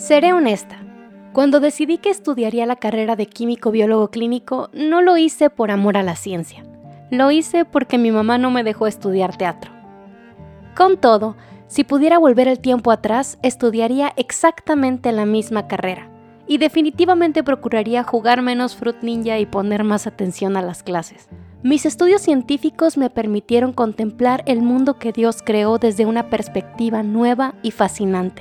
Seré honesta. Cuando decidí que estudiaría la carrera de químico-biólogo clínico, no lo hice por amor a la ciencia. Lo hice porque mi mamá no me dejó estudiar teatro. Con todo, si pudiera volver el tiempo atrás, estudiaría exactamente la misma carrera. Y definitivamente procuraría jugar menos Fruit Ninja y poner más atención a las clases. Mis estudios científicos me permitieron contemplar el mundo que Dios creó desde una perspectiva nueva y fascinante.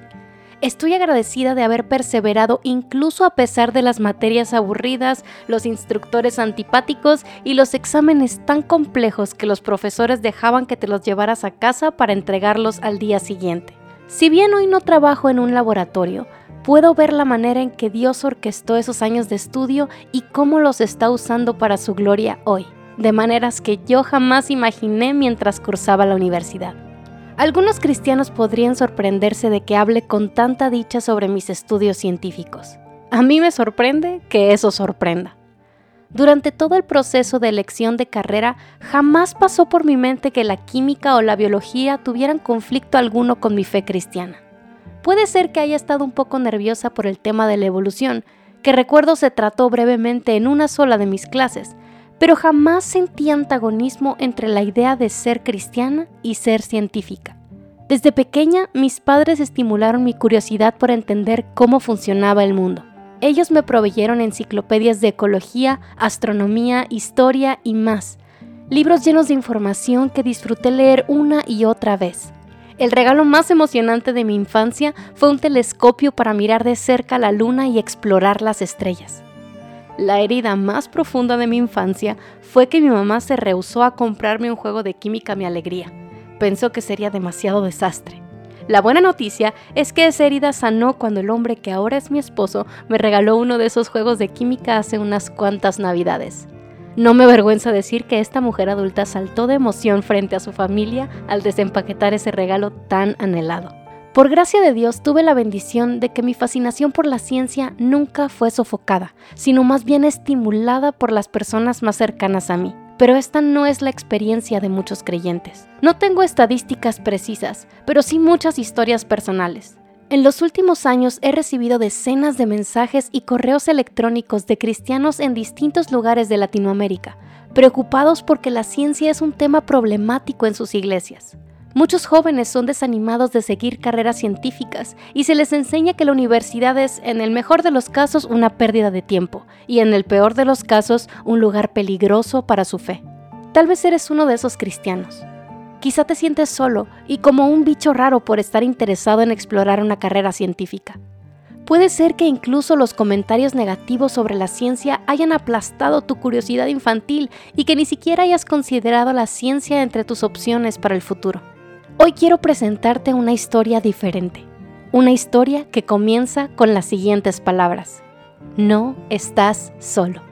Estoy agradecida de haber perseverado incluso a pesar de las materias aburridas, los instructores antipáticos y los exámenes tan complejos que los profesores dejaban que te los llevaras a casa para entregarlos al día siguiente. Si bien hoy no trabajo en un laboratorio, puedo ver la manera en que Dios orquestó esos años de estudio y cómo los está usando para su gloria hoy, de maneras que yo jamás imaginé mientras cursaba la universidad. Algunos cristianos podrían sorprenderse de que hable con tanta dicha sobre mis estudios científicos. A mí me sorprende que eso sorprenda. Durante todo el proceso de elección de carrera, jamás pasó por mi mente que la química o la biología tuvieran conflicto alguno con mi fe cristiana. Puede ser que haya estado un poco nerviosa por el tema de la evolución, que recuerdo se trató brevemente en una sola de mis clases, pero jamás sentí antagonismo entre la idea de ser cristiana y ser científica. Desde pequeña, mis padres estimularon mi curiosidad por entender cómo funcionaba el mundo. Ellos me proveyeron enciclopedias de ecología, astronomía, historia y más, libros llenos de información que disfruté leer una y otra vez. El regalo más emocionante de mi infancia fue un telescopio para mirar de cerca la luna y explorar las estrellas. La herida más profunda de mi infancia fue que mi mamá se rehusó a comprarme un juego de química a mi alegría. Pensó que sería demasiado desastre. La buena noticia es que esa herida sanó cuando el hombre que ahora es mi esposo me regaló uno de esos juegos de química hace unas cuantas navidades. No me avergüenza decir que esta mujer adulta saltó de emoción frente a su familia al desempaquetar ese regalo tan anhelado. Por gracia de Dios tuve la bendición de que mi fascinación por la ciencia nunca fue sofocada, sino más bien estimulada por las personas más cercanas a mí. Pero esta no es la experiencia de muchos creyentes. No tengo estadísticas precisas, pero sí muchas historias personales. En los últimos años he recibido decenas de mensajes y correos electrónicos de cristianos en distintos lugares de Latinoamérica, preocupados porque la ciencia es un tema problemático en sus iglesias. Muchos jóvenes son desanimados de seguir carreras científicas y se les enseña que la universidad es, en el mejor de los casos, una pérdida de tiempo y en el peor de los casos, un lugar peligroso para su fe. Tal vez eres uno de esos cristianos. Quizá te sientes solo y como un bicho raro por estar interesado en explorar una carrera científica. Puede ser que incluso los comentarios negativos sobre la ciencia hayan aplastado tu curiosidad infantil y que ni siquiera hayas considerado la ciencia entre tus opciones para el futuro. Hoy quiero presentarte una historia diferente, una historia que comienza con las siguientes palabras: no estás solo.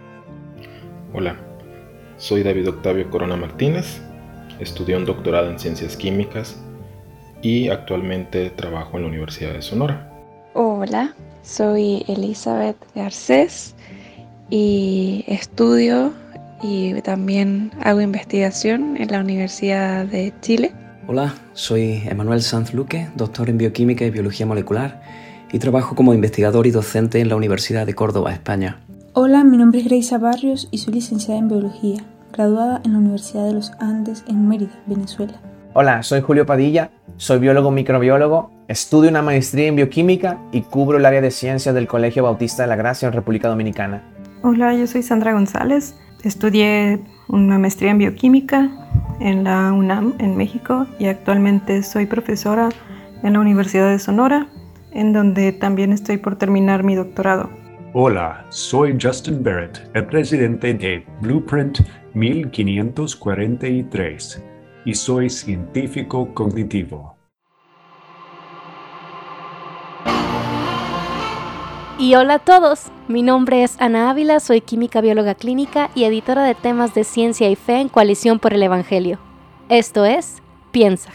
Hola, soy David Octavio Corona Martínez, estudié un doctorado en Ciencias Químicas y actualmente trabajo en la Universidad de Sonora. Hola, soy Elizabeth Garcés y estudio y también hago investigación en la Universidad de Chile. Hola, soy Emanuel Sanz Luque, doctor en Bioquímica y Biología Molecular y trabajo como investigador y docente en la Universidad de Córdoba, España. Hola, mi nombre es Greisa Barrios y soy licenciada en Biología, graduada en la Universidad de los Andes en Mérida, Venezuela. Hola, soy Julio Padilla, soy biólogo microbiólogo, estudio una maestría en bioquímica y cubro el área de ciencias del Colegio Bautista de la Gracia en República Dominicana. Hola, yo soy Sandra González, estudié una maestría en bioquímica en la UNAM en México y actualmente soy profesora en la Universidad de Sonora, en donde también estoy por terminar mi doctorado. Hola, soy Justin Barrett, el presidente de Blueprint 1543 y soy científico cognitivo. Y hola a todos, mi nombre es Ana Ávila, soy química bióloga clínica y editora de temas de ciencia y fe en Coalición por el Evangelio. Esto es Piensa.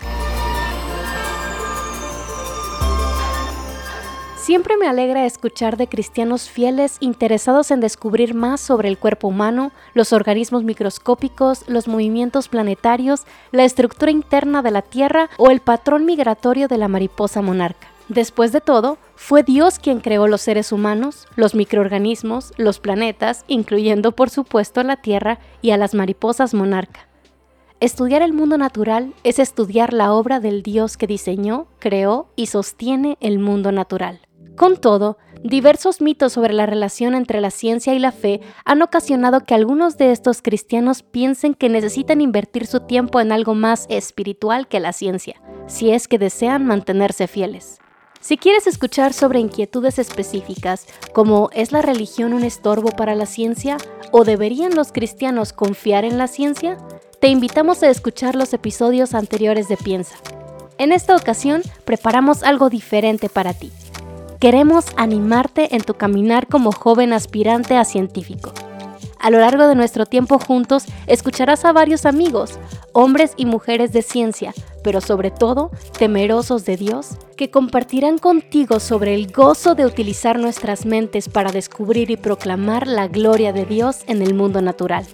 Siempre me alegra escuchar de cristianos fieles interesados en descubrir más sobre el cuerpo humano, los organismos microscópicos, los movimientos planetarios, la estructura interna de la Tierra o el patrón migratorio de la mariposa monarca. Después de todo, Fue Dios quien creó los seres humanos, los microorganismos, los planetas, incluyendo por supuesto la Tierra y a las mariposas monarca. Estudiar el mundo natural es estudiar la obra del Dios que diseñó, creó y sostiene el mundo natural. Con todo, diversos mitos sobre la relación entre la ciencia y la fe han ocasionado que algunos de estos cristianos piensen que necesitan invertir su tiempo en algo más espiritual que la ciencia, si es que desean mantenerse fieles. Si quieres escuchar sobre inquietudes específicas, como ¿es la religión un estorbo para la ciencia? ¿O deberían los cristianos confiar en la ciencia? Te invitamos a escuchar los episodios anteriores de Piensa. En esta ocasión, preparamos algo diferente para ti. Queremos animarte en tu caminar como joven aspirante a científico. A lo largo de nuestro tiempo juntos, escucharás a varios amigos, hombres y mujeres de ciencia, pero sobre todo, temerosos de Dios, que compartirán contigo sobre el gozo de utilizar nuestras mentes para descubrir y proclamar la gloria de Dios en el mundo natural.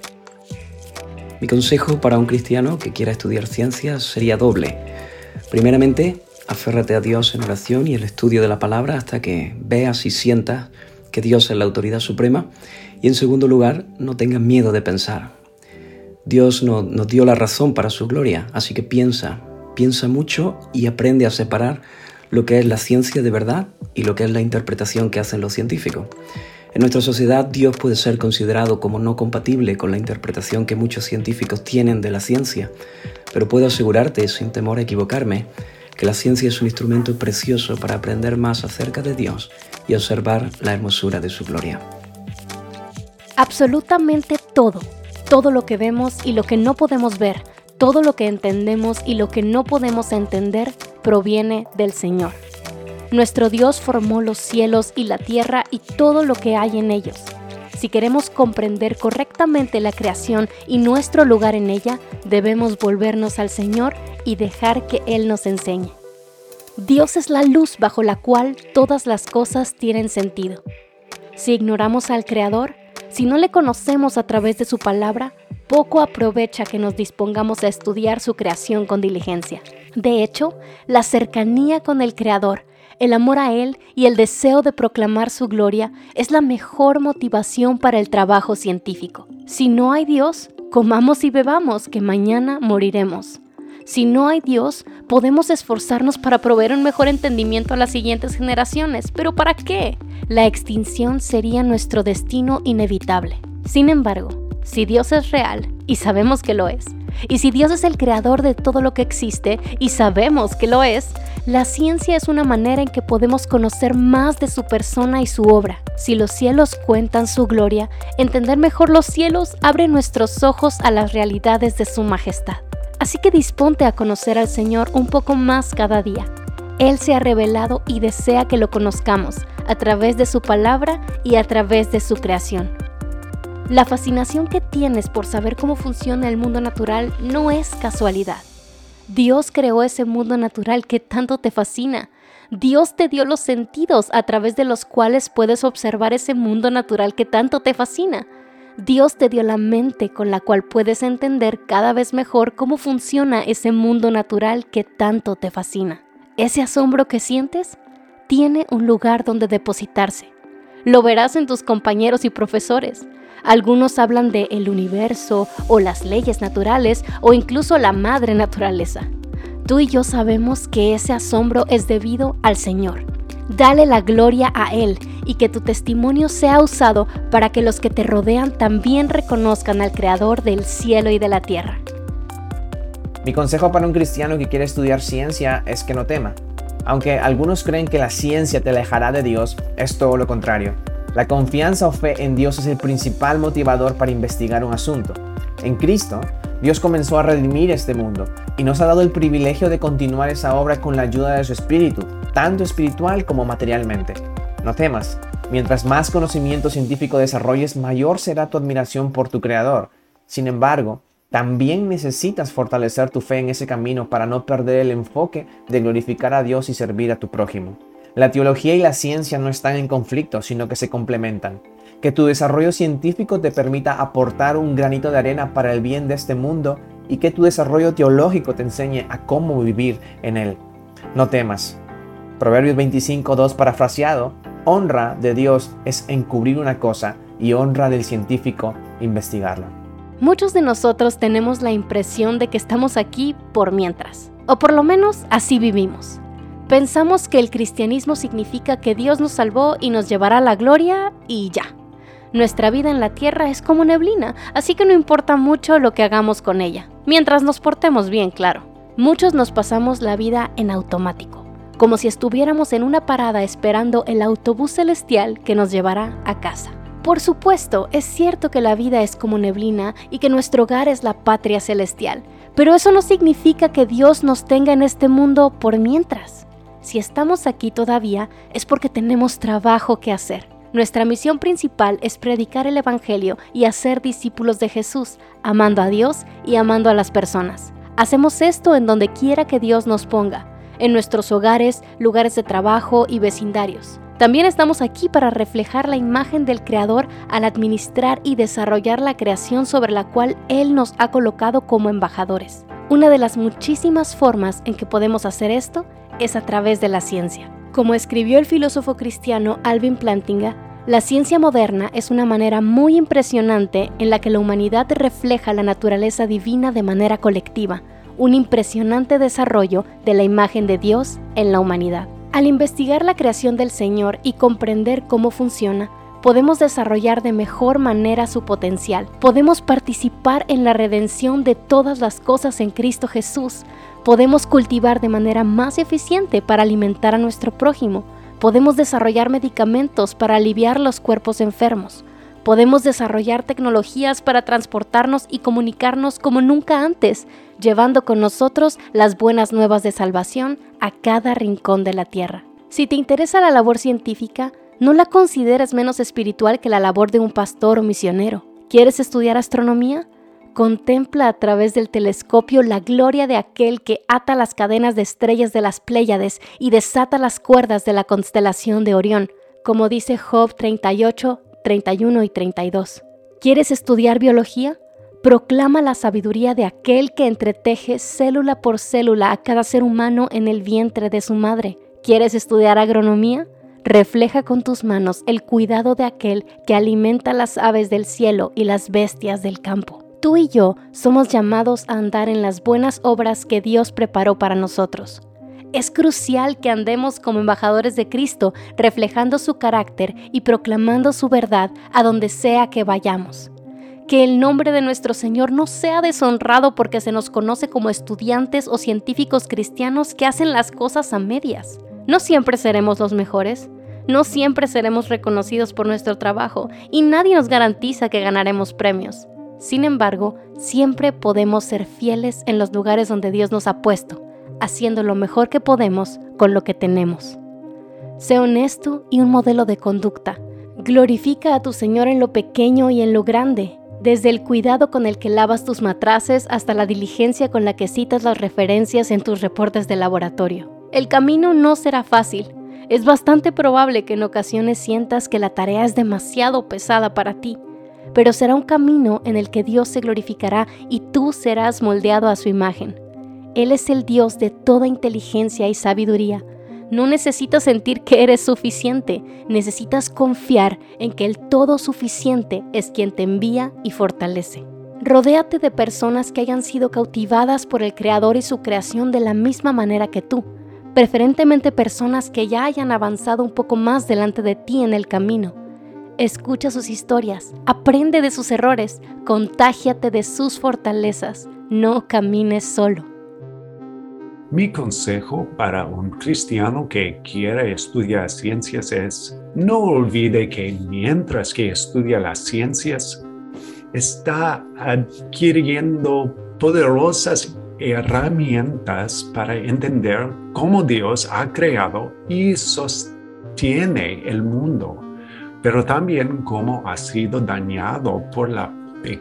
Mi consejo para un cristiano que quiera estudiar ciencias sería doble. Primeramente, aférrate a Dios en oración y el estudio de la palabra hasta que veas y sientas que Dios es la autoridad suprema. Y en segundo lugar, no tengas miedo de pensar. Dios nos dio la razón para su gloria, así que piensa mucho y aprende a separar lo que es la ciencia de verdad y lo que es la interpretación que hacen los científicos. En nuestra sociedad, Dios puede ser considerado como no compatible con la interpretación que muchos científicos tienen de la ciencia, pero puedo asegurarte, sin temor a equivocarme, que la ciencia es un instrumento precioso para aprender más acerca de Dios y observar la hermosura de su gloria. Absolutamente todo lo que vemos y lo que no podemos ver, todo lo que entendemos y lo que no podemos entender, proviene del Señor. Nuestro Dios formó los cielos y la tierra y todo lo que hay en ellos. Si queremos comprender correctamente la creación y nuestro lugar en ella, debemos volvernos al Señor y dejar que Él nos enseñe. Dios es la luz bajo la cual todas las cosas tienen sentido. Si ignoramos al Creador, si no le conocemos a través de su palabra, poco aprovecha que nos dispongamos a estudiar su creación con diligencia. De hecho, la cercanía con el Creador, el amor a Él y el deseo de proclamar su gloria es la mejor motivación para el trabajo científico. Si no hay Dios, comamos y bebamos, que mañana moriremos. Si no hay Dios, podemos esforzarnos para proveer un mejor entendimiento a las siguientes generaciones. ¿Pero para qué? La extinción sería nuestro destino inevitable. Sin embargo, si Dios es real, y sabemos que lo es, y si Dios es el creador de todo lo que existe, y sabemos que lo es, la ciencia es una manera en que podemos conocer más de su persona y su obra. Si los cielos cuentan su gloria, entender mejor los cielos abre nuestros ojos a las realidades de su majestad. Así que disponte a conocer al Señor un poco más cada día. Él se ha revelado y desea que lo conozcamos a través de su palabra y a través de su creación. La fascinación que tienes por saber cómo funciona el mundo natural no es casualidad. Dios creó ese mundo natural que tanto te fascina. Dios te dio los sentidos a través de los cuales puedes observar ese mundo natural que tanto te fascina. Dios te dio la mente con la cual puedes entender cada vez mejor cómo funciona ese mundo natural que tanto te fascina. Ese asombro que sientes tiene un lugar donde depositarse. Lo verás en tus compañeros y profesores. Algunos hablan de el universo o las leyes naturales o incluso la madre naturaleza. Tú y yo sabemos que ese asombro es debido al Señor. Dale la gloria a Él y que tu testimonio sea usado para que los que te rodean también reconozcan al Creador del cielo y de la tierra. Mi consejo para un cristiano que quiere estudiar ciencia es que no tema. Aunque algunos creen que la ciencia te alejará de Dios, es todo lo contrario. La confianza o fe en Dios es el principal motivador para investigar un asunto. En Cristo, Dios comenzó a redimir este mundo y nos ha dado el privilegio de continuar esa obra con la ayuda de su Espíritu, tanto espiritual como materialmente. No temas, mientras más conocimiento científico desarrolles, mayor será tu admiración por tu Creador. Sin embargo, también necesitas fortalecer tu fe en ese camino para no perder el enfoque de glorificar a Dios y servir a tu prójimo. La teología y la ciencia no están en conflicto, sino que se complementan. Que tu desarrollo científico te permita aportar un granito de arena para el bien de este mundo y que tu desarrollo teológico te enseñe a cómo vivir en él. No temas. Proverbios 25:2 parafraseado: honra de Dios es encubrir una cosa y honra del científico investigarlo. Muchos de nosotros tenemos la impresión de que estamos aquí por mientras, o por lo menos así vivimos. Pensamos que el cristianismo significa que Dios nos salvó y nos llevará a la gloria y ya. Nuestra vida en la tierra es como neblina, así que no importa mucho lo que hagamos con ella, mientras nos portemos bien, claro. Muchos nos pasamos la vida en automático, como si estuviéramos en una parada esperando el autobús celestial que nos llevará a casa. Por supuesto, es cierto que la vida es como neblina y que nuestro hogar es la patria celestial, pero eso no significa que Dios nos tenga en este mundo por mientras. Si estamos aquí todavía, es porque tenemos trabajo que hacer. Nuestra misión principal es predicar el Evangelio y hacer discípulos de Jesús, amando a Dios y amando a las personas. Hacemos esto en donde quiera que Dios nos ponga, en nuestros hogares, lugares de trabajo y vecindarios. También estamos aquí para reflejar la imagen del Creador al administrar y desarrollar la creación sobre la cual Él nos ha colocado como embajadores. Una de las muchísimas formas en que podemos hacer esto es a través de la ciencia. Como escribió el filósofo cristiano Alvin Plantinga, la ciencia moderna es una manera muy impresionante en la que la humanidad refleja la naturaleza divina de manera colectiva, un impresionante desarrollo de la imagen de Dios en la humanidad. Al investigar la creación del Señor y comprender cómo funciona, podemos desarrollar de mejor manera su potencial. Podemos participar en la redención de todas las cosas en Cristo Jesús. Podemos cultivar de manera más eficiente para alimentar a nuestro prójimo. Podemos desarrollar medicamentos para aliviar los cuerpos enfermos. Podemos desarrollar tecnologías para transportarnos y comunicarnos como nunca antes, llevando con nosotros las buenas nuevas de salvación a cada rincón de la tierra. Si te interesa la labor científica, no la consideres menos espiritual que la labor de un pastor o misionero. ¿Quieres estudiar astronomía? Contempla a través del telescopio la gloria de aquel que ata las cadenas de estrellas de las Pléyades y desata las cuerdas de la constelación de Orión, como dice Job 38, 31 y 32. ¿Quieres estudiar biología? Proclama la sabiduría de aquel que entreteje célula por célula a cada ser humano en el vientre de su madre. ¿Quieres estudiar agronomía? Refleja con tus manos el cuidado de aquel que alimenta las aves del cielo y las bestias del campo. Tú y yo somos llamados a andar en las buenas obras que Dios preparó para nosotros. Es crucial que andemos como embajadores de Cristo, reflejando su carácter y proclamando su verdad a donde sea que vayamos. Que el nombre de nuestro Señor no sea deshonrado porque se nos conoce como estudiantes o científicos cristianos que hacen las cosas a medias. No siempre seremos los mejores, no siempre seremos reconocidos por nuestro trabajo y nadie nos garantiza que ganaremos premios. Sin embargo, siempre podemos ser fieles en los lugares donde Dios nos ha puesto, haciendo lo mejor que podemos con lo que tenemos. Sé honesto y un modelo de conducta. Glorifica a tu Señor en lo pequeño y en lo grande, desde el cuidado con el que lavas tus matraces hasta la diligencia con la que citas las referencias en tus reportes de laboratorio. El camino no será fácil. Es bastante probable que en ocasiones sientas que la tarea es demasiado pesada para ti, pero será un camino en el que Dios se glorificará y tú serás moldeado a su imagen. Él es el Dios de toda inteligencia y sabiduría. No necesitas sentir que eres suficiente, necesitas confiar en que el todo suficiente es quien te envía y fortalece. Rodéate de personas que hayan sido cautivadas por el Creador y su creación de la misma manera que tú, preferentemente personas que ya hayan avanzado un poco más delante de ti en el camino. Escucha sus historias, aprende de sus errores, contágiate de sus fortalezas, no camines solo. Mi consejo para un cristiano que quiere estudiar ciencias es: no olvide que mientras que estudia las ciencias, está adquiriendo poderosas herramientas para entender cómo Dios ha creado y sostiene el mundo, pero también cómo ha sido dañado por la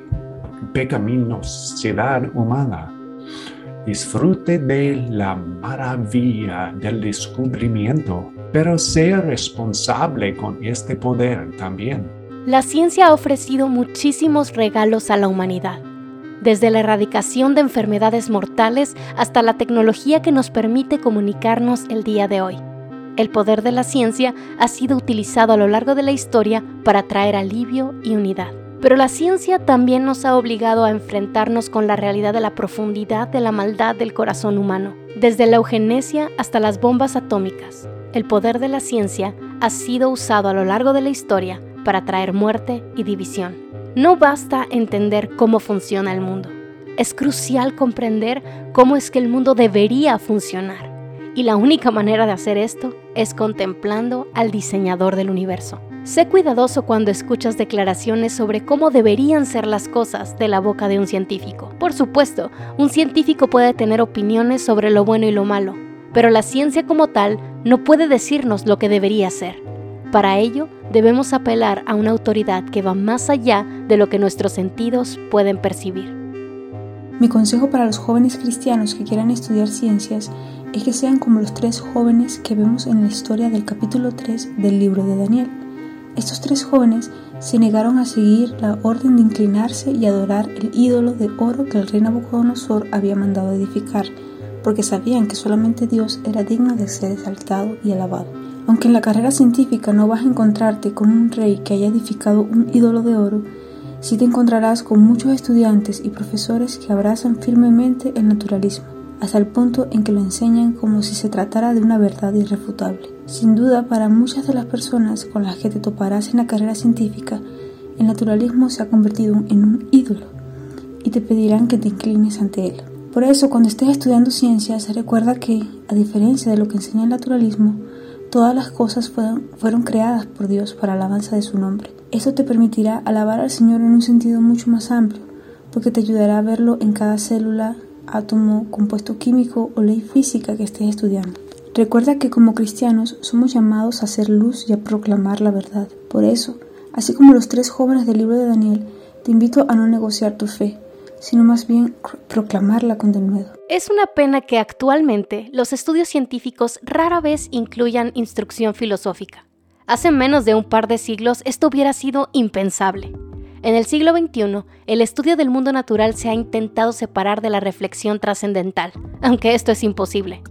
pecaminosidad humana. Disfrute de la maravilla del descubrimiento, pero sea responsable con este poder también. La ciencia ha ofrecido muchísimos regalos a la humanidad, desde la erradicación de enfermedades mortales hasta la tecnología que nos permite comunicarnos el día de hoy. El poder de la ciencia ha sido utilizado a lo largo de la historia para traer alivio y unidad. Pero la ciencia también nos ha obligado a enfrentarnos con la realidad de la profundidad de la maldad del corazón humano. Desde la eugenesia hasta las bombas atómicas, el poder de la ciencia ha sido usado a lo largo de la historia para traer muerte y división. No basta entender cómo funciona el mundo. Es crucial comprender cómo es que el mundo debería funcionar. Y la única manera de hacer esto es contemplando al diseñador del universo. Sé cuidadoso cuando escuchas declaraciones sobre cómo deberían ser las cosas de la boca de un científico. Por supuesto, un científico puede tener opiniones sobre lo bueno y lo malo, pero la ciencia como tal no puede decirnos lo que debería ser. Para ello, debemos apelar a una autoridad que va más allá de lo que nuestros sentidos pueden percibir. Mi consejo para los jóvenes cristianos que quieran estudiar ciencias es que sean como los 3 jóvenes que vemos en la historia del capítulo 3 del libro de Daniel. Estos 3 jóvenes se negaron a seguir la orden de inclinarse y adorar el ídolo de oro que el rey Nabucodonosor había mandado edificar, porque sabían que solamente Dios era digno de ser exaltado y alabado. Aunque en la carrera científica no vas a encontrarte con un rey que haya edificado un ídolo de oro, sí te encontrarás con muchos estudiantes y profesores que abrazan firmemente el naturalismo, hasta el punto en que lo enseñan como si se tratara de una verdad irrefutable. Sin duda, para muchas de las personas con las que te toparás en la carrera científica, el naturalismo se ha convertido en un ídolo y te pedirán que te inclines ante él. Por eso, cuando estés estudiando ciencias, recuerda que, a diferencia de lo que enseña el naturalismo, todas las cosas fueron creadas por Dios para alabanza de su nombre. Esto te permitirá alabar al Señor en un sentido mucho más amplio, porque te ayudará a verlo en cada célula, átomo, compuesto químico o ley física que estés estudiando. Recuerda que como cristianos somos llamados a hacer luz y a proclamar la verdad. Por eso, así como los 3 jóvenes del libro de Daniel, te invito a no negociar tu fe, sino más bien proclamarla con denuedo. Es una pena que actualmente los estudios científicos rara vez incluyan instrucción filosófica. Hace menos de un par de siglos esto hubiera sido impensable. En el siglo XXI, el estudio del mundo natural se ha intentado separar de la reflexión trascendental, aunque esto es imposible.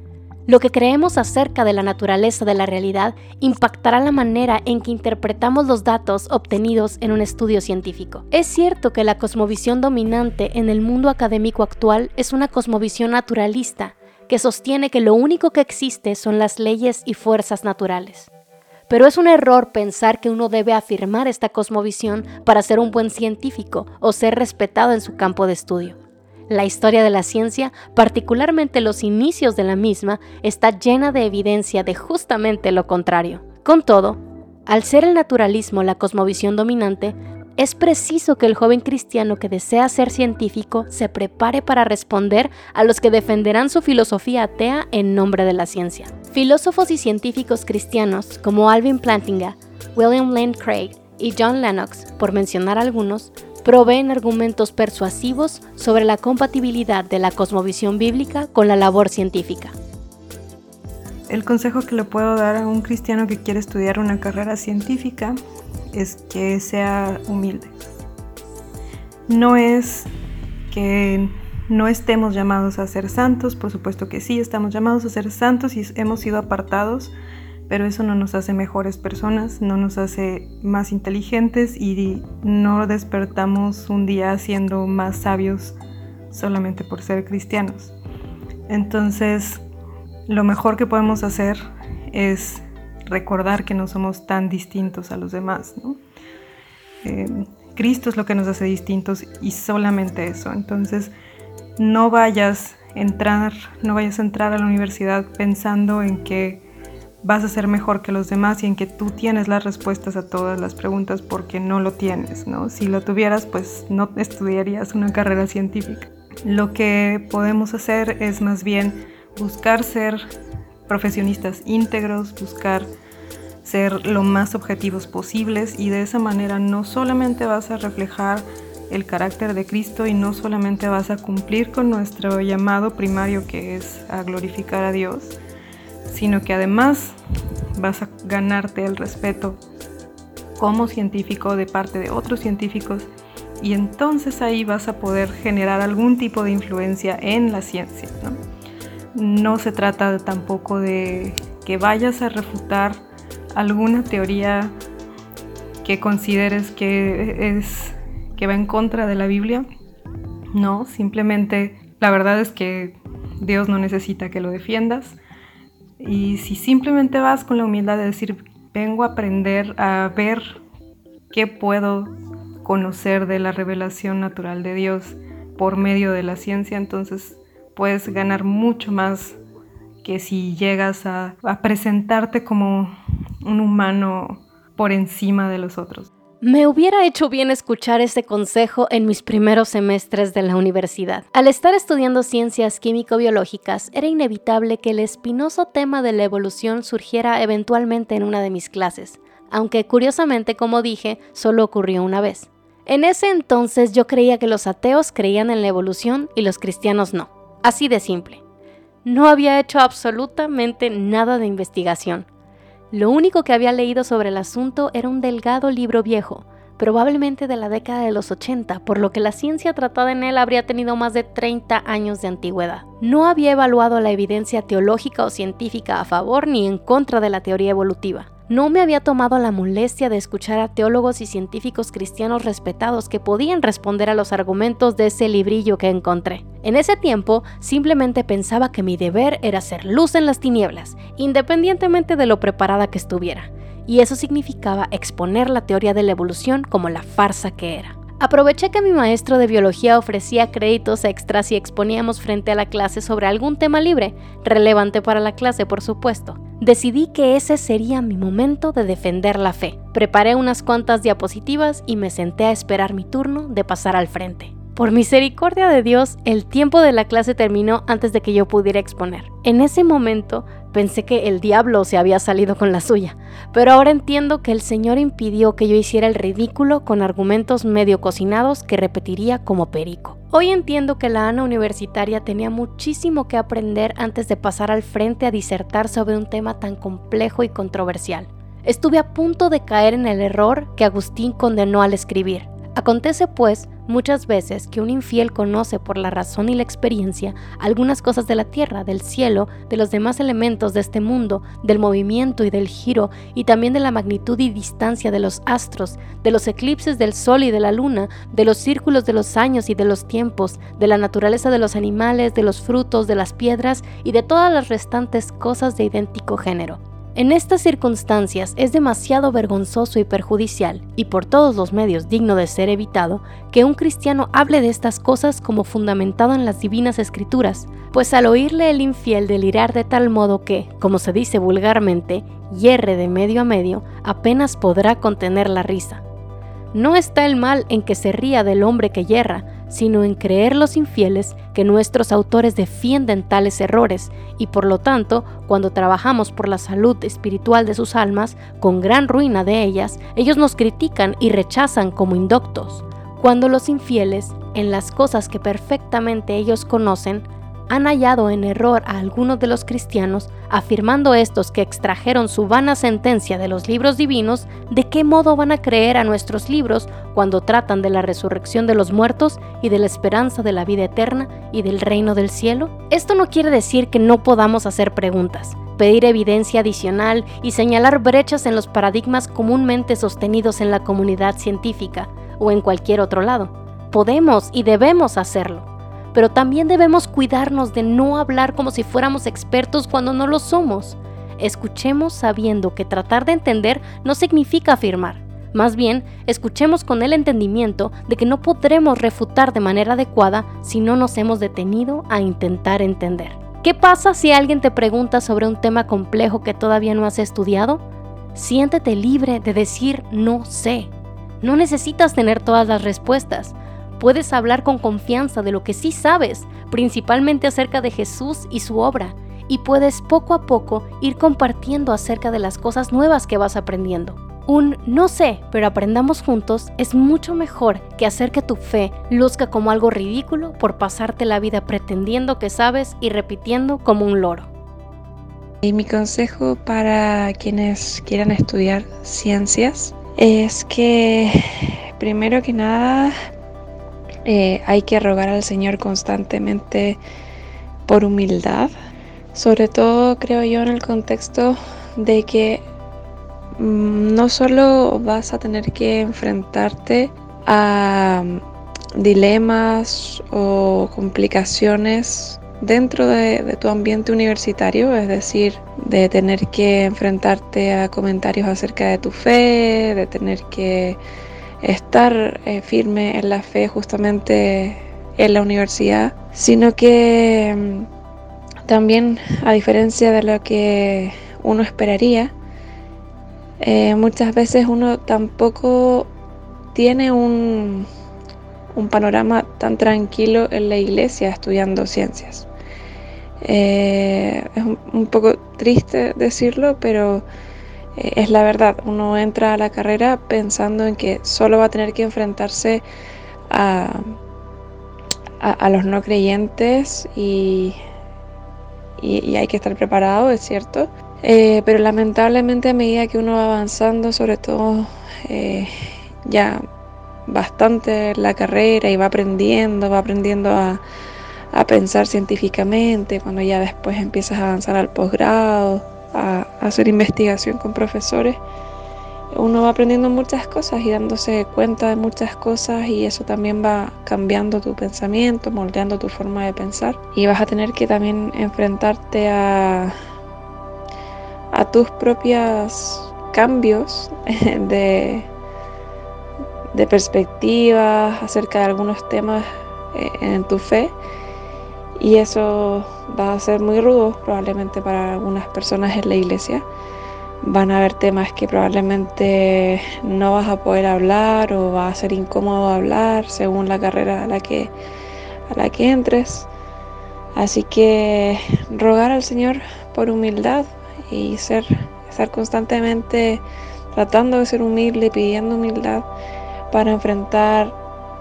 Lo que creemos acerca de la naturaleza de la realidad impactará la manera en que interpretamos los datos obtenidos en un estudio científico. Es cierto que la cosmovisión dominante en el mundo académico actual es una cosmovisión naturalista, que sostiene que lo único que existe son las leyes y fuerzas naturales. Pero es un error pensar que uno debe afirmar esta cosmovisión para ser un buen científico o ser respetado en su campo de estudio. La historia de la ciencia, particularmente los inicios de la misma, está llena de evidencia de justamente lo contrario. Con todo, al ser el naturalismo la cosmovisión dominante, es preciso que el joven cristiano que desea ser científico se prepare para responder a los que defenderán su filosofía atea en nombre de la ciencia. Filósofos y científicos cristianos como Alvin Plantinga, William Lane Craig y John Lennox, por mencionar algunos, proveen argumentos persuasivos sobre la compatibilidad de la cosmovisión bíblica con la labor científica. El consejo que le puedo dar a un cristiano que quiere estudiar una carrera científica es que sea humilde. No es que no estemos llamados a ser santos, por supuesto que sí, estamos llamados a ser santos y hemos sido apartados, pero eso no nos hace mejores personas, no nos hace más inteligentes y no despertamos un día siendo más sabios solamente por ser cristianos. Entonces, lo mejor que podemos hacer es recordar que no somos tan distintos a los demás, ¿no? Cristo es lo que nos hace distintos y solamente eso. Entonces, no vayas a entrar a la universidad pensando en que vas a ser mejor que los demás y en que tú tienes las respuestas a todas las preguntas, porque no lo tienes, ¿no? Si lo tuvieras, pues no estudiarías una carrera científica. Lo que podemos hacer es más bien buscar ser profesionistas íntegros, buscar ser lo más objetivos posibles, y de esa manera no solamente vas a reflejar el carácter de Cristo y no solamente vas a cumplir con nuestro llamado primario, que es a glorificar a Dios, sino que además vas a ganarte el respeto como científico de parte de otros científicos, y entonces ahí vas a poder generar algún tipo de influencia en la ciencia, ¿no? No se trata tampoco de que vayas a refutar alguna teoría que consideres que va en contra de la Biblia. No, simplemente la verdad es que Dios no necesita que lo defiendas. Y si simplemente vas con la humildad de decir, vengo a aprender a ver qué puedo conocer de la revelación natural de Dios por medio de la ciencia, entonces puedes ganar mucho más que si llegas a presentarte como un humano por encima de los otros. Me hubiera hecho bien escuchar ese consejo en mis primeros semestres de la universidad. Al estar estudiando ciencias químico-biológicas, era inevitable que el espinoso tema de la evolución surgiera eventualmente en una de mis clases, aunque curiosamente, como dije, solo ocurrió una vez. En ese entonces yo creía que los ateos creían en la evolución y los cristianos no. Así de simple. No había hecho absolutamente nada de investigación. Lo único que había leído sobre el asunto era un delgado libro viejo, probablemente de la década de los 80, por lo que la ciencia tratada en él habría tenido más de 30 años de antigüedad. No había evaluado la evidencia teológica o científica a favor ni en contra de la teoría evolutiva. No me había tomado la molestia de escuchar a teólogos y científicos cristianos respetados que podían responder a los argumentos de ese librillo que encontré. En ese tiempo, simplemente pensaba que mi deber era hacer luz en las tinieblas, independientemente de lo preparada que estuviera. Y eso significaba exponer la teoría de la evolución como la farsa que era. Aproveché que mi maestro de biología ofrecía créditos extras y exponíamos frente a la clase sobre algún tema libre, relevante para la clase, por supuesto. Decidí que ese sería mi momento de defender la fe. Preparé unas cuantas diapositivas y me senté a esperar mi turno de pasar al frente. Por misericordia de Dios, el tiempo de la clase terminó antes de que yo pudiera exponer. En ese momento pensé que el diablo se había salido con la suya, pero ahora entiendo que el Señor impidió que yo hiciera el ridículo con argumentos medio cocinados que repetiría como perico. Hoy entiendo que la Ana universitaria tenía muchísimo que aprender antes de pasar al frente a disertar sobre un tema tan complejo y controversial. Estuve a punto de caer en el error que Agustín condenó al escribir. Acontece, pues, muchas veces que un infiel conoce por la razón y la experiencia algunas cosas de la tierra, del cielo, de los demás elementos de este mundo, del movimiento y del giro, y también de la magnitud y distancia de los astros, de los eclipses del sol y de la luna, de los círculos de los años y de los tiempos, de la naturaleza de los animales, de los frutos, de las piedras y de todas las restantes cosas de idéntico género. En estas circunstancias es demasiado vergonzoso y perjudicial, y por todos los medios digno de ser evitado, que un cristiano hable de estas cosas como fundamentado en las divinas escrituras, pues al oírle el infiel delirar de tal modo que, como se dice vulgarmente, hierre de medio a medio, apenas podrá contener la risa. No está el mal en que se ría del hombre que yerra, sino en creer los infieles que nuestros autores defienden tales errores y por lo tanto, cuando trabajamos por la salud espiritual de sus almas, con gran ruina de ellas, ellos nos critican y rechazan como indoctos. Cuando los infieles, en las cosas que perfectamente ellos conocen, han hallado en error a algunos de los cristianos, afirmando estos que extrajeron su vana sentencia de los libros divinos, ¿de qué modo van a creer a nuestros libros cuando tratan de la resurrección de los muertos y de la esperanza de la vida eterna y del reino del cielo? Esto no quiere decir que no podamos hacer preguntas, pedir evidencia adicional y señalar brechas en los paradigmas comúnmente sostenidos en la comunidad científica o en cualquier otro lado. Podemos y debemos hacerlo. Pero también debemos cuidarnos de no hablar como si fuéramos expertos cuando no lo somos. Escuchemos sabiendo que tratar de entender no significa afirmar. Más bien, escuchemos con el entendimiento de que no podremos refutar de manera adecuada si no nos hemos detenido a intentar entender. ¿Qué pasa si alguien te pregunta sobre un tema complejo que todavía no has estudiado? Siéntete libre de decir no sé. No necesitas tener todas las respuestas. Puedes hablar con confianza de lo que sí sabes, principalmente acerca de Jesús y su obra, y puedes poco a poco ir compartiendo acerca de las cosas nuevas que vas aprendiendo. Un no sé, pero aprendamos juntos es mucho mejor que hacer que tu fe luzca como algo ridículo por pasarte la vida pretendiendo que sabes y repitiendo como un loro. Y mi consejo para quienes quieran estudiar ciencias es que, primero que nada, hay que rogar al Señor constantemente por humildad Sobre todo creo yo en el contexto de que no solo vas a tener que enfrentarte a dilemas o complicaciones dentro de tu ambiente universitario, es decir, de tener que enfrentarte a comentarios acerca de tu fe, de tener que estar firme en la fe justamente en la universidad, sino que también, a diferencia de lo que uno esperaría, muchas veces uno tampoco tiene un panorama tan tranquilo en la iglesia estudiando ciencias. Es un poco triste decirlo, pero es la verdad. Uno entra a la carrera pensando en que solo va a tener que enfrentarse a los no creyentes y hay que estar preparado, es cierto. Pero lamentablemente a medida que uno va avanzando, sobre todo ya bastante la carrera y va aprendiendo a pensar científicamente, cuando ya después empiezas a avanzar al posgrado, a hacer investigación con profesores, uno va aprendiendo muchas cosas y dándose cuenta de muchas cosas, y eso también va cambiando tu pensamiento, moldeando tu forma de pensar, y vas a tener que también enfrentarte a tus propios cambios de perspectivas acerca de algunos temas en tu fe, y eso va a ser muy rudo probablemente para algunas personas en la iglesia. Van a haber temas que probablemente no vas a poder hablar o va a ser incómodo hablar según la carrera a la que entres. Así que rogar al Señor por humildad y estar constantemente tratando de ser humilde y pidiendo humildad para enfrentar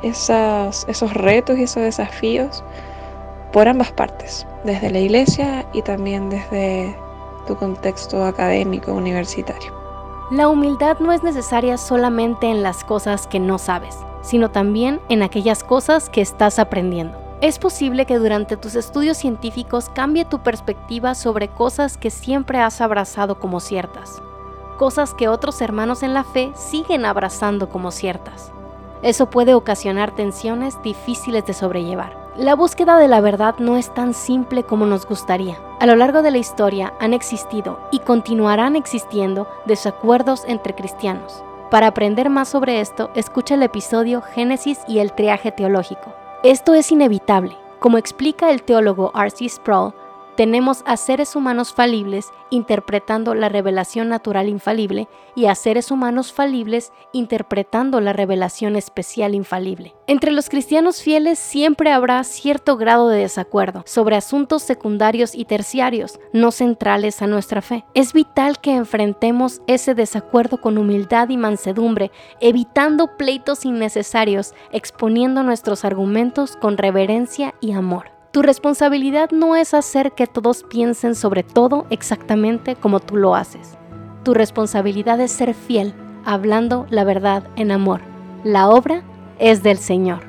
esos retos y esos desafíos por ambas partes, desde la iglesia y también desde tu contexto académico universitario. La humildad no es necesaria solamente en las cosas que no sabes, sino también en aquellas cosas que estás aprendiendo. Es posible que durante tus estudios científicos cambie tu perspectiva sobre cosas que siempre has abrazado como ciertas, cosas que otros hermanos en la fe siguen abrazando como ciertas. Eso puede ocasionar tensiones difíciles de sobrellevar. La búsqueda de la verdad no es tan simple como nos gustaría. A lo largo de la historia han existido y continuarán existiendo desacuerdos entre cristianos. Para aprender más sobre esto, escucha el episodio Génesis y el triaje teológico. Esto es inevitable. Como explica el teólogo R.C. Sproul, tenemos a seres humanos falibles interpretando la revelación natural infalible y a seres humanos falibles interpretando la revelación especial infalible. Entre los cristianos fieles siempre habrá cierto grado de desacuerdo sobre asuntos secundarios y terciarios, no centrales a nuestra fe. Es vital que enfrentemos ese desacuerdo con humildad y mansedumbre, evitando pleitos innecesarios, exponiendo nuestros argumentos con reverencia y amor. Tu responsabilidad no es hacer que todos piensen sobre todo exactamente como tú lo haces. Tu responsabilidad es ser fiel, hablando la verdad en amor. La obra es del Señor.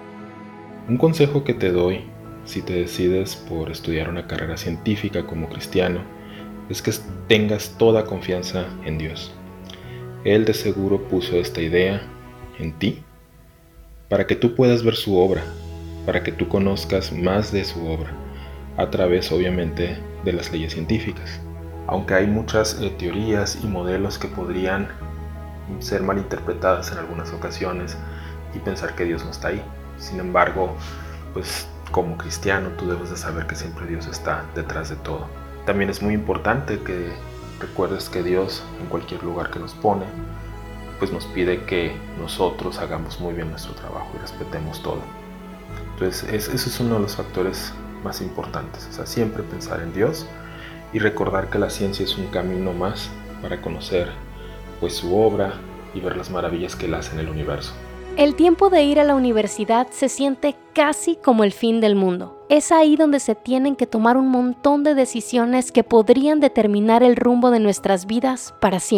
Un consejo que te doy si te decides por estudiar una carrera científica como cristiano es que tengas toda confianza en Dios. Él de seguro puso esta idea en ti para que tú puedas ver su obra, para que tú conozcas más de su obra, a través obviamente de las leyes científicas. Aunque hay muchas teorías y modelos que podrían ser malinterpretadas en algunas ocasiones y pensar que Dios no está ahí. Sin embargo, pues como cristiano tú debes de saber que siempre Dios está detrás de todo. También es muy importante que recuerdes que Dios, en cualquier lugar que nos pone, pues nos pide que nosotros hagamos muy bien nuestro trabajo y respetemos todo. Entonces ese es uno de los factores más importantes, o sea, siempre pensar en Dios y recordar que la ciencia es un camino más para conocer pues su obra y ver las maravillas que Él hace en el universo. El tiempo de ir a la universidad se siente casi como el fin del mundo. Es ahí donde se tienen que tomar un montón de decisiones que podrían determinar el rumbo de nuestras vidas para siempre.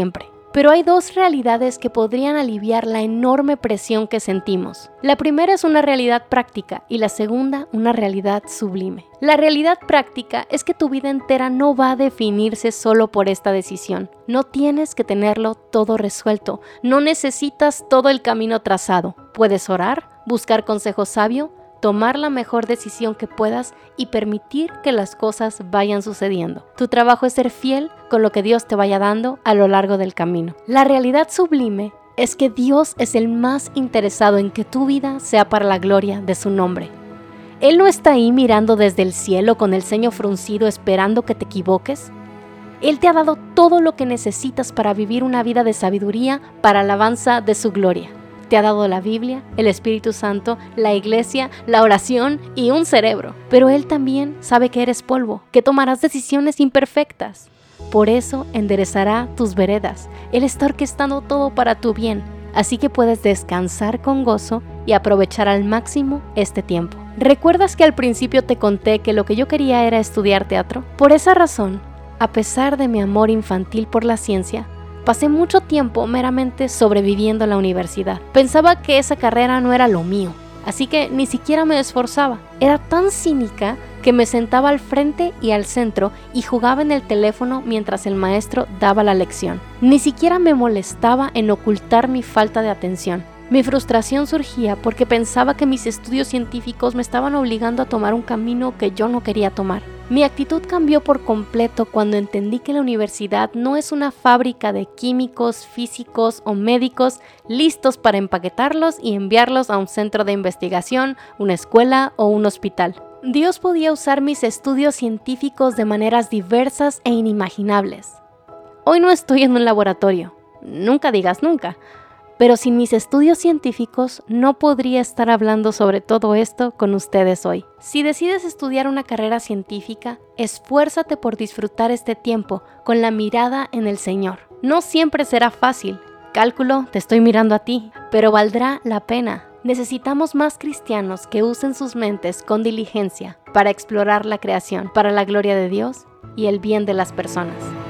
Pero hay dos realidades que podrían aliviar la enorme presión que sentimos. La primera es una realidad práctica y la segunda una realidad sublime. La realidad práctica es que tu vida entera no va a definirse solo por esta decisión. No tienes que tenerlo todo resuelto, no necesitas todo el camino trazado. Puedes orar, buscar consejo sabio, tomar la mejor decisión que puedas y permitir que las cosas vayan sucediendo. Tu trabajo es ser fiel con lo que Dios te vaya dando a lo largo del camino. La realidad sublime es que Dios es el más interesado en que tu vida sea para la gloria de su nombre. Él no está ahí mirando desde el cielo con el ceño fruncido esperando que te equivoques. Él te ha dado todo lo que necesitas para vivir una vida de sabiduría para alabanza de su gloria. Te ha dado la Biblia, el Espíritu Santo, la iglesia, la oración y un cerebro. Pero Él también sabe que eres polvo, que tomarás decisiones imperfectas. Por eso enderezará tus veredas. Él está orquestando todo para tu bien. Así que puedes descansar con gozo y aprovechar al máximo este tiempo. ¿Recuerdas que al principio te conté que lo que yo quería era estudiar teatro? Por esa razón, a pesar de mi amor infantil por la ciencia, pasé mucho tiempo meramente sobreviviendo en la universidad. Pensaba que esa carrera no era lo mío, así que ni siquiera me esforzaba. Era tan cínica que me sentaba al frente y al centro y jugaba en el teléfono mientras el maestro daba la lección. Ni siquiera me molestaba en ocultar mi falta de atención. Mi frustración surgía porque pensaba que mis estudios científicos me estaban obligando a tomar un camino que yo no quería tomar. Mi actitud cambió por completo cuando entendí que la universidad no es una fábrica de químicos, físicos o médicos listos para empaquetarlos y enviarlos a un centro de investigación, una escuela o un hospital. Dios podía usar mis estudios científicos de maneras diversas e inimaginables. Hoy no estoy en un laboratorio, nunca digas nunca. Pero sin mis estudios científicos no podría estar hablando sobre todo esto con ustedes hoy. Si decides estudiar una carrera científica, esfuérzate por disfrutar este tiempo con la mirada en el Señor. No siempre será fácil. Cálculo, te estoy mirando a ti, pero valdrá la pena. Necesitamos más cristianos que usen sus mentes con diligencia para explorar la creación, para la gloria de Dios y el bien de las personas.